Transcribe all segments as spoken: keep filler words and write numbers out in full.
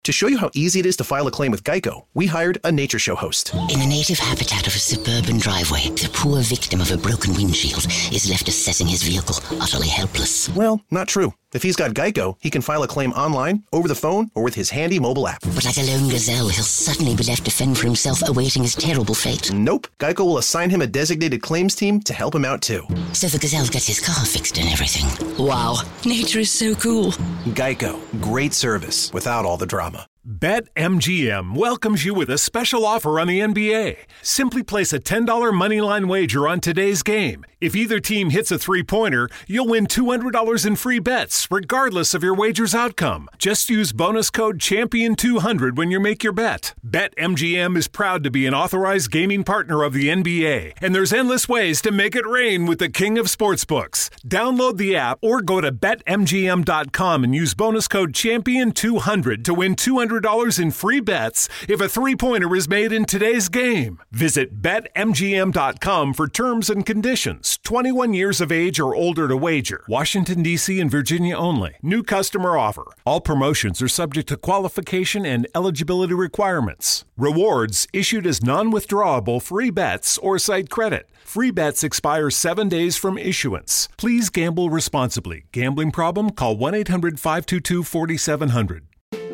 To show you how easy it is to file a claim with Geico, we hired a nature show host. In the native habitat of a suburban driveway, the poor victim of a broken windshield is left assessing his vehicle, utterly helpless. Well, not true. If he's got Geico, he can file a claim online, over the phone, or with his handy mobile app. But like a lone gazelle, he'll suddenly be left to fend for himself, awaiting his terrible fate. Nope. Geico will assign him a designated claims team to help him out too. So the gazelle gets his car fixed and everything. Wow, nature is so cool. Geico. Great service without all the drama. BetMGM welcomes you with a special offer on the N B A. Simply place a ten dollars moneyline wager on today's game. If either team hits a three-pointer, you'll win two hundred dollars in free bets, regardless of your wager's outcome. Just use bonus code champion two hundred when you make your bet. BetMGM is proud to be an authorized gaming partner of the N B A, and there's endless ways to make it rain with the king of sportsbooks. Download the app or go to bet M G M dot com and use bonus code champion two hundred to win two hundred dollars in free bets if a three-pointer is made in today's game. Visit bet M G M dot com for terms and conditions. twenty-one years of age or older to wager. Washington, D C and Virginia only. New customer offer. All promotions are subject to qualification and eligibility requirements. Rewards issued as non-withdrawable free bets or site credit. Free bets expire seven days from issuance. Please gamble responsibly. Gambling problem? Call one eight hundred five two two four seven zero zero.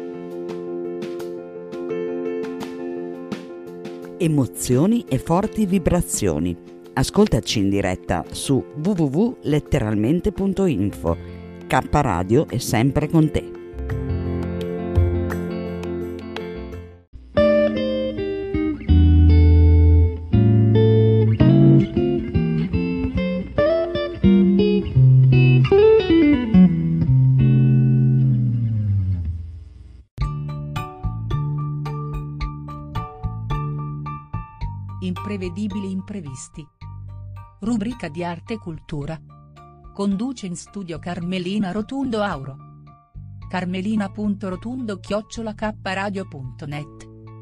Emozioni e forti vibrazioni. Ascoltaci in diretta su w w w punto letteralmente punto info. K Radio è sempre con te. Imprevedibili imprevisti. Rubrica di arte e cultura. Conduce in studio Carmelina Rotundo Auro. carmelina punto rotundo chiocciola k radio punto net.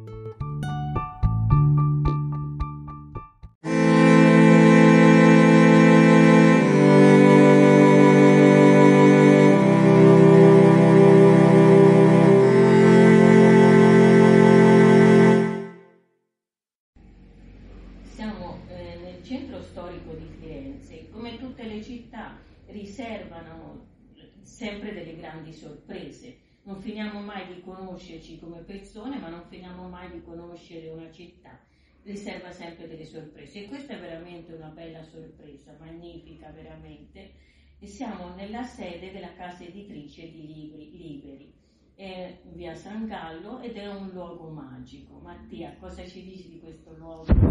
Riservano sempre delle grandi sorprese. Non finiamo mai di conoscerci come persone, ma non finiamo mai di conoscere una città. Riserva sempre delle sorprese e questa è veramente una bella sorpresa, magnifica veramente. E siamo nella sede della casa editrice di Libri Liberi, è via San Gallo ed è un luogo magico. Mattia, cosa ci dici di questo luogo?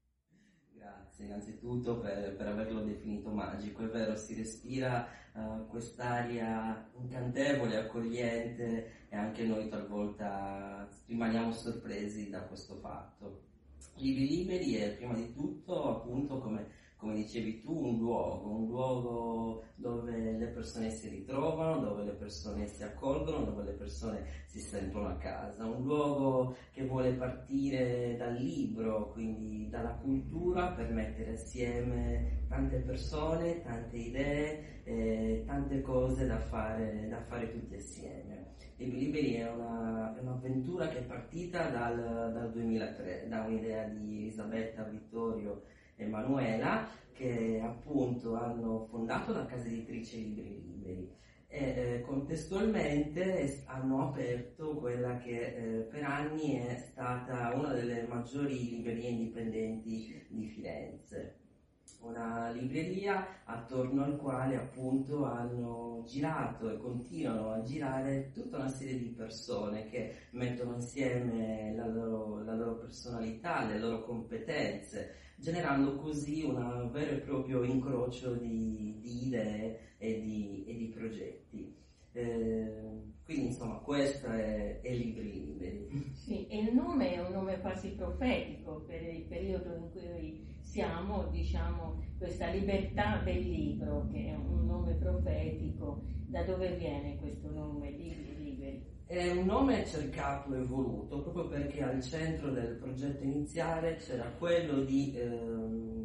Grazie innanzitutto per, per averlo definito magico. È vero, si respira uh, quest'aria incantevole, accogliente e anche noi talvolta rimaniamo sorpresi da questo fatto. Libri Liberi è prima di tutto, appunto, come, come dicevi tu, un luogo, un luogo dove le persone si ritrovano, dove le persone si accolgono, dove le persone si sentono a casa, un luogo che vuole partire dal libro, quindi dalla cultura, per mettere assieme tante persone, tante idee, eh, tante cose da fare, da fare tutti assieme. Libri Liberi è, una, è un'avventura che è partita dal, dal duemilatré, da un'idea di Elisabetta, Vittorio e Manuela, che appunto hanno fondato la casa editrice Libri Liberi e eh, contestualmente hanno aperto quella che eh, per anni è stata una delle maggiori librerie indipendenti di Firenze. Una libreria attorno al quale appunto hanno girato e continuano a girare tutta una serie di persone che mettono insieme la loro, la loro personalità, le loro competenze, generando così un vero e proprio incrocio di, di idee e di, e di progetti. Eh, quindi insomma questa è, è Libri Liberi. Sì, e il nome è un nome quasi profetico per il periodo in cui siamo, diciamo, questa libertà del libro, che è un nome profetico. Da dove viene questo nome, Libri Liberi? È un nome cercato e voluto, proprio perché al centro del progetto iniziale c'era quello di ehm,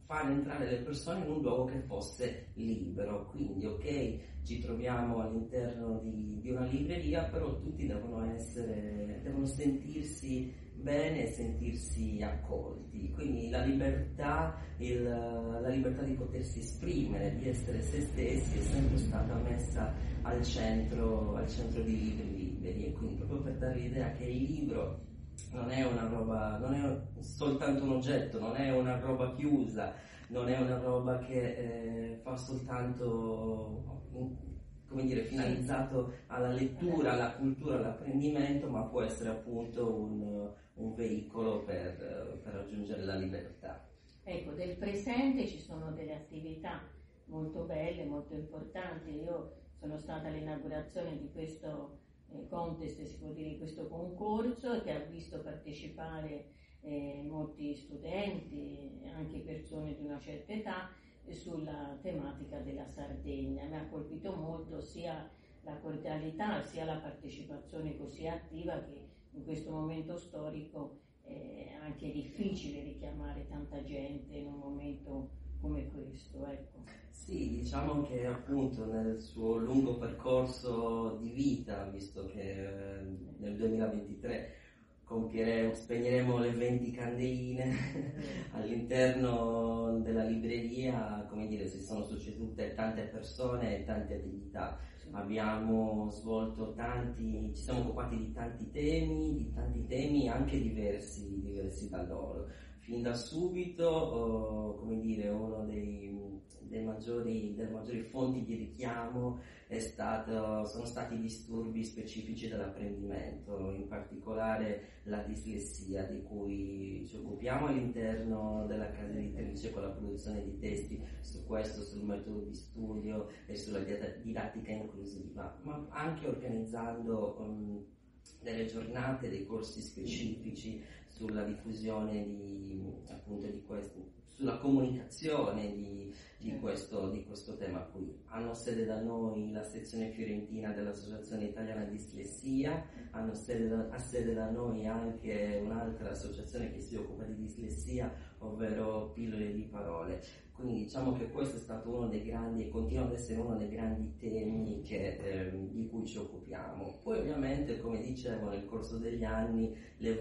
fare entrare le persone in un luogo che fosse libero. Quindi ok, ci troviamo all'interno di, di una libreria, però tutti devono essere, devono sentirsi bene e sentirsi accolti. Quindi la libertà, il, la libertà di potersi esprimere, di essere se stessi è sempre stata messa al centro, al centro di Libri Liberi, e quindi proprio per dare l'idea che il libro non è una roba, non è soltanto un oggetto, non è una roba chiusa, non è una roba che eh, fa soltanto, come dire, finalizzato alla lettura, alla cultura, all'apprendimento, ma può essere appunto un, un veicolo per, per raggiungere la libertà. Ecco, del presente ci sono delle attività molto belle, molto importanti. Io sono stata all'inaugurazione di questo eh, contest, si può dire, di questo concorso, che ha visto partecipare eh, molti studenti, anche persone di una certa età, eh, sulla tematica della Sardegna. Mi ha colpito molto sia la cordialità, sia la partecipazione così attiva, che in questo momento storico è anche difficile richiamare tanta gente in un momento come questo, ecco. Sì, diciamo che appunto nel suo lungo percorso di vita, visto che eh, nel duemilaventitré compieremo, spegneremo le venti candeline all'interno della libreria, come dire, si sono succedute tante persone e tante attività. Abbiamo svolto tanti, ci siamo occupati di tanti temi, di tanti temi anche diversi, diversi da loro. Fin da subito, oh, come dire, uno dei, dei maggiori, delle maggiori fonti di richiamo è stato, sono stati i disturbi specifici dell'apprendimento, in particolare la dislessia, di cui ci occupiamo all'interno della casa editrice con la produzione di testi su questo, sul metodo di studio e sulla didattica inclusiva, ma anche organizzando um, delle giornate, dei corsi specifici sulla diffusione di, appunto, di questo, sulla comunicazione di, di, questo, di questo tema qui. Hanno sede da noi la sezione fiorentina dell'Associazione Italiana Dislessia, hanno sede da, ha sede da noi anche un'altra associazione che si occupa di dislessia, ovvero Pillole di Parole. Quindi diciamo che questo è stato uno dei grandi, e continua ad essere uno dei grandi temi che, eh, di cui ci occupiamo. Poi ovviamente, come dicevo, nel corso degli anni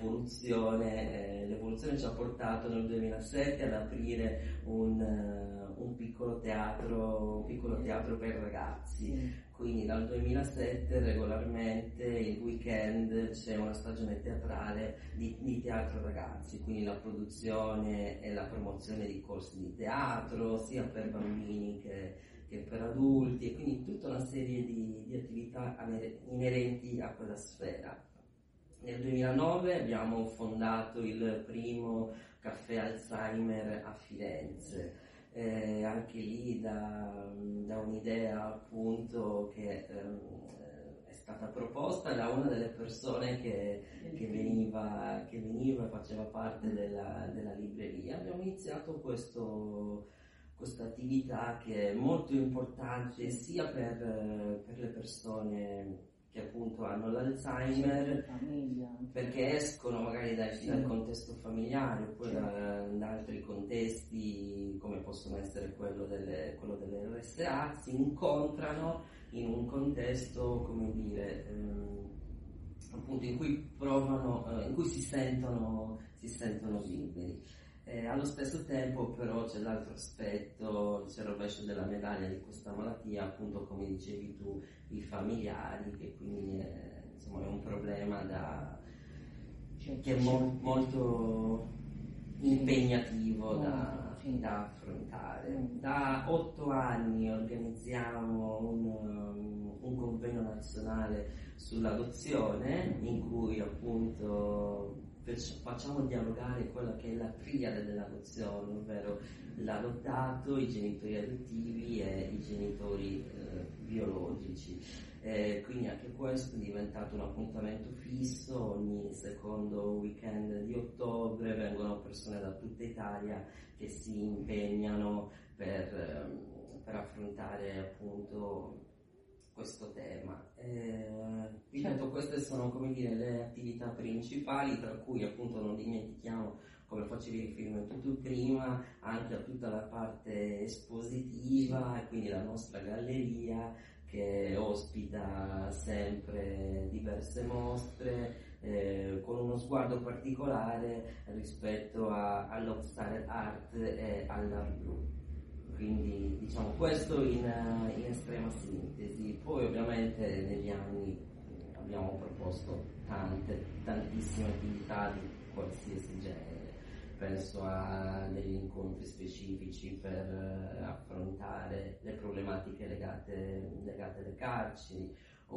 l'evoluzione, eh, l'evoluzione ci ha portato nel duemilasette ad aprire un, uh, un piccolo teatro, un piccolo teatro per ragazzi. Quindi dal duemilasette regolarmente il weekend c'è una stagione teatrale di, di teatro ragazzi, quindi la produzione e la promozione di corsi di teatro sia per bambini che, che per adulti, e quindi tutta una serie di, di attività inerenti a quella sfera. Nel duemilanove abbiamo fondato il primo caffè Alzheimer a Firenze. Eh, anche lì da, da un'idea appunto che ehm, è stata proposta da una delle persone che, che veniva che veniva e faceva parte della, della libreria. Abbiamo iniziato questo questa attività che è molto importante sia per, per le persone che appunto hanno l'Alzheimer, perché escono magari dal, sì. dal contesto familiare, oppure da, da altri contesti come possono essere quello delle, quello delle R S A, si incontrano in un contesto, come dire, ehm, appunto in cui provano, eh, in cui si sentono, si sentono liberi. Eh, allo stesso tempo però c'è l'altro aspetto, c'è il rovescio della medaglia di questa malattia, appunto come dicevi tu, i familiari, che quindi è, insomma, è un problema da, che è mo- molto impegnativo da, da affrontare. Da otto anni organizziamo un, un convegno nazionale sull'adozione, in cui appunto facciamo dialogare quella che è la triade dell'adozione, ovvero l'adottato, i genitori adottivi e i genitori eh, biologici. Eh, quindi anche questo è diventato un appuntamento fisso, ogni secondo weekend di ottobre vengono persone da tutta Italia che si impegnano per, eh, per affrontare appunto questo tema. Eh, ripeto, queste sono, come dire, le attività principali, tra cui appunto non dimentichiamo come facevi riferimento tu prima, anche a tutta la parte espositiva, e quindi la nostra galleria che ospita sempre diverse mostre, eh, con uno sguardo particolare rispetto a, all'outstyle art e all'art blu. Quindi diciamo questo in, in estrema sintesi. Poi ovviamente negli anni abbiamo proposto tante, tantissime attività di qualsiasi genere. Penso a degli incontri specifici per affrontare le problematiche legate, legate alle carceri,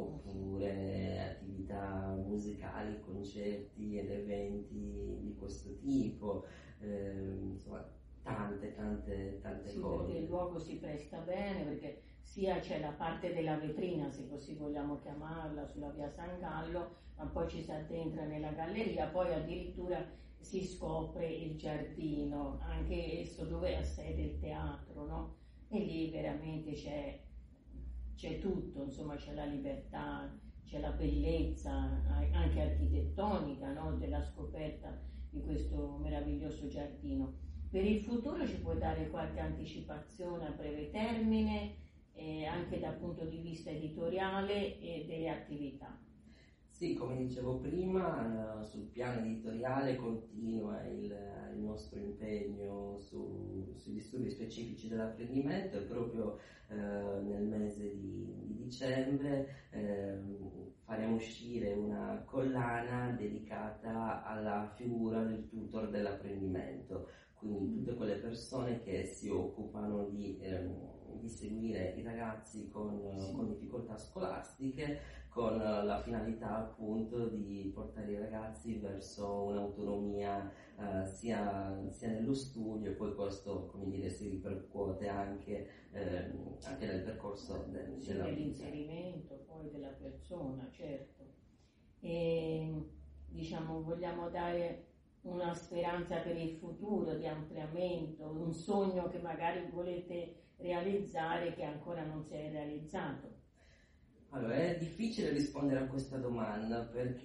oppure attività musicali, concerti ed eventi di questo tipo, eh, insomma tante tante tante sì, cose. Perché il luogo si presta bene, perché sia c'è la parte della vetrina, se così vogliamo chiamarla, sulla via San Gallo, ma poi ci si addentra nella galleria, poi addirittura si scopre il giardino, anche esso dove ha sede il teatro, no? E lì veramente c'è, c'è tutto, insomma c'è la libertà, c'è la bellezza anche architettonica, no? Della scoperta di questo meraviglioso giardino. Per il futuro ci puoi dare qualche anticipazione a breve termine, eh, anche dal punto di vista editoriale e delle attività? Sì, come dicevo prima, sul piano editoriale continua il, il nostro impegno su, sui disturbi specifici dell'apprendimento, e proprio eh, nel mese di, di dicembre eh, faremo uscire una collana dedicata alla figura del tutor dell'apprendimento, quindi tutte quelle persone che si occupano di, ehm, di seguire i ragazzi con, sì. con difficoltà scolastiche, con la finalità appunto di portare i ragazzi verso un'autonomia eh, sia, sia nello studio, e poi questo, come dire, si ripercuote anche, ehm, anche nel percorso del, sì, della dell'inserimento poi della persona, certo. E diciamo vogliamo dare una speranza per il futuro di ampliamento, un sogno che magari volete realizzare che ancora non si è realizzato? Allora, è difficile rispondere a questa domanda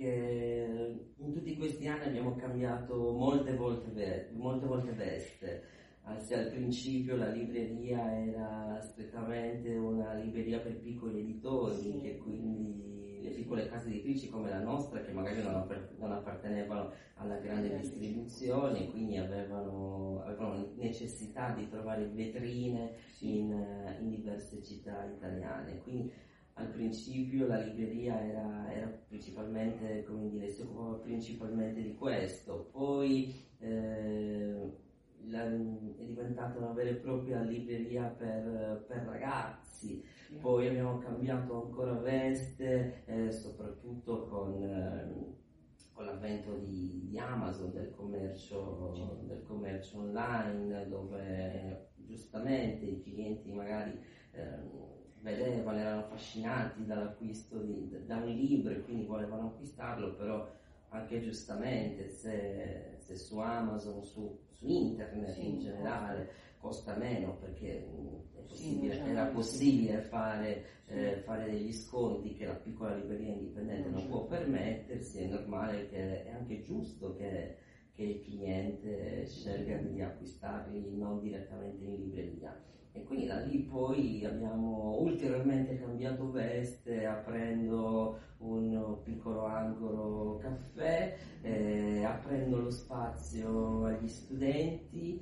perché in tutti questi anni abbiamo cambiato molte volte, ve- molte volte veste. Anzi, al principio la libreria era strettamente una libreria per piccoli editori, sì. che quindi le piccole case editrici come la nostra, che magari non, app- non appartenevano alla grande distribuzione, quindi avevano, avevano necessità di trovare vetrine in, in diverse città italiane. Quindi al principio la libreria era, era principalmente, come dire, si occupava principalmente di questo, poi eh, la, è diventata una vera e propria libreria per, per ragazzi, poi abbiamo cambiato ancora veste, eh, soprattutto con, eh, con l'avvento di, di Amazon, del commercio, del commercio online, dove giustamente i clienti magari eh, vedevano, erano affascinati dall'acquisto di, da un libro e quindi volevano acquistarlo, però anche giustamente se, se su Amazon, su, su internet sì, in generale costa meno, perché è possibile, sì, era possibile fare, eh, fare degli sconti che la piccola libreria indipendente non può permettersi, è normale, che è anche giusto che, che il cliente scelga di acquistarli non direttamente in libreria. E quindi da lì poi abbiamo ulteriormente cambiato veste, aprendo un piccolo angolo caffè, eh, aprendo lo spazio agli studenti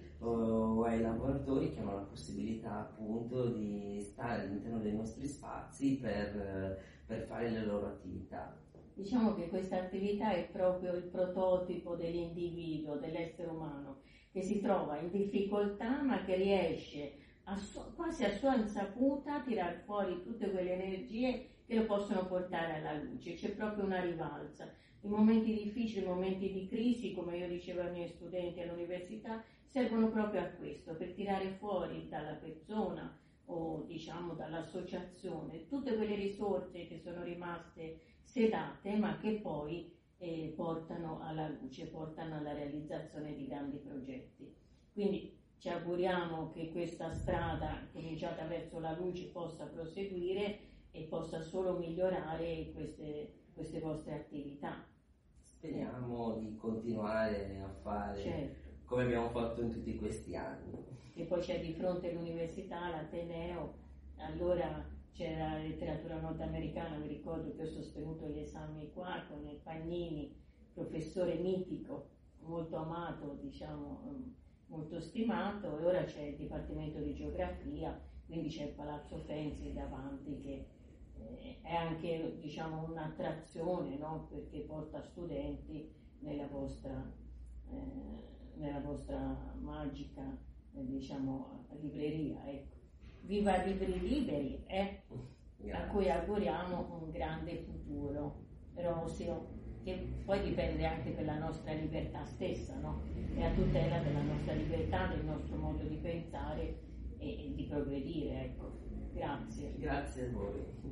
o ai lavoratori che hanno la possibilità appunto di stare all'interno dei nostri spazi per, per fare le loro attività. Diciamo che questa attività è proprio il prototipo dell'individuo, dell'essere umano, che si trova in difficoltà ma che riesce A su, quasi a sua insaputa tirar fuori tutte quelle energie che lo possono portare alla luce. C'è proprio una rivalsa. I momenti difficili, i momenti di crisi, come io dicevo ai miei studenti all'università, servono proprio a questo, per tirare fuori dalla persona o diciamo dall'associazione tutte quelle risorse che sono rimaste sedate ma che poi eh, portano alla luce, portano alla realizzazione di grandi progetti. Quindi ci auguriamo che questa strada cominciata verso la luce possa proseguire e possa solo migliorare queste, queste vostre attività. Speriamo di continuare a fare certo. come abbiamo fatto in tutti questi anni. E poi c'è di fronte l'università, l'Ateneo, allora c'era la letteratura nordamericana, mi ricordo che ho sostenuto gli esami qua con il Pagnini, professore mitico, molto amato, diciamo, molto stimato, e ora c'è il Dipartimento di Geografia, quindi c'è il Palazzo Fenzi davanti che eh, è anche, diciamo, un'attrazione, no? Perché porta studenti nella vostra, eh, nella vostra magica, eh, diciamo, libreria, ecco. Viva Libri Liberi, eh? A cui auguriamo un grande futuro, Rosio, che poi dipende anche dalla nostra libertà stessa, no? E a tutela della nostra libertà, del nostro modo di pensare e, e di progredire, ecco. Grazie. Grazie a voi.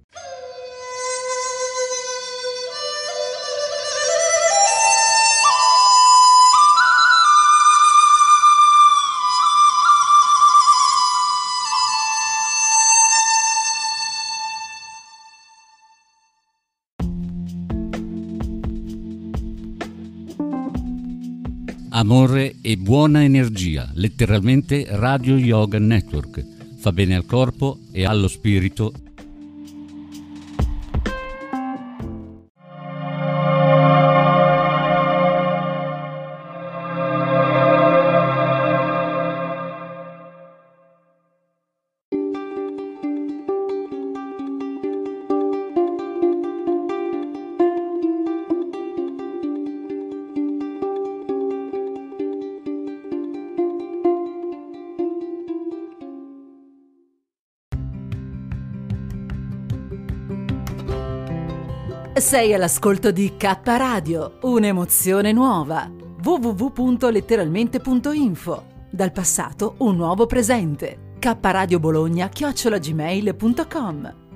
Amore e buona energia, letteralmente Radio Yoga Network. Fa bene al corpo e allo spirito. Sei all'ascolto di K Radio, un'emozione nuova. w w w punto letteralmente punto info. Dal passato un nuovo presente. K Radio Bologna chiocciola gmail punto com.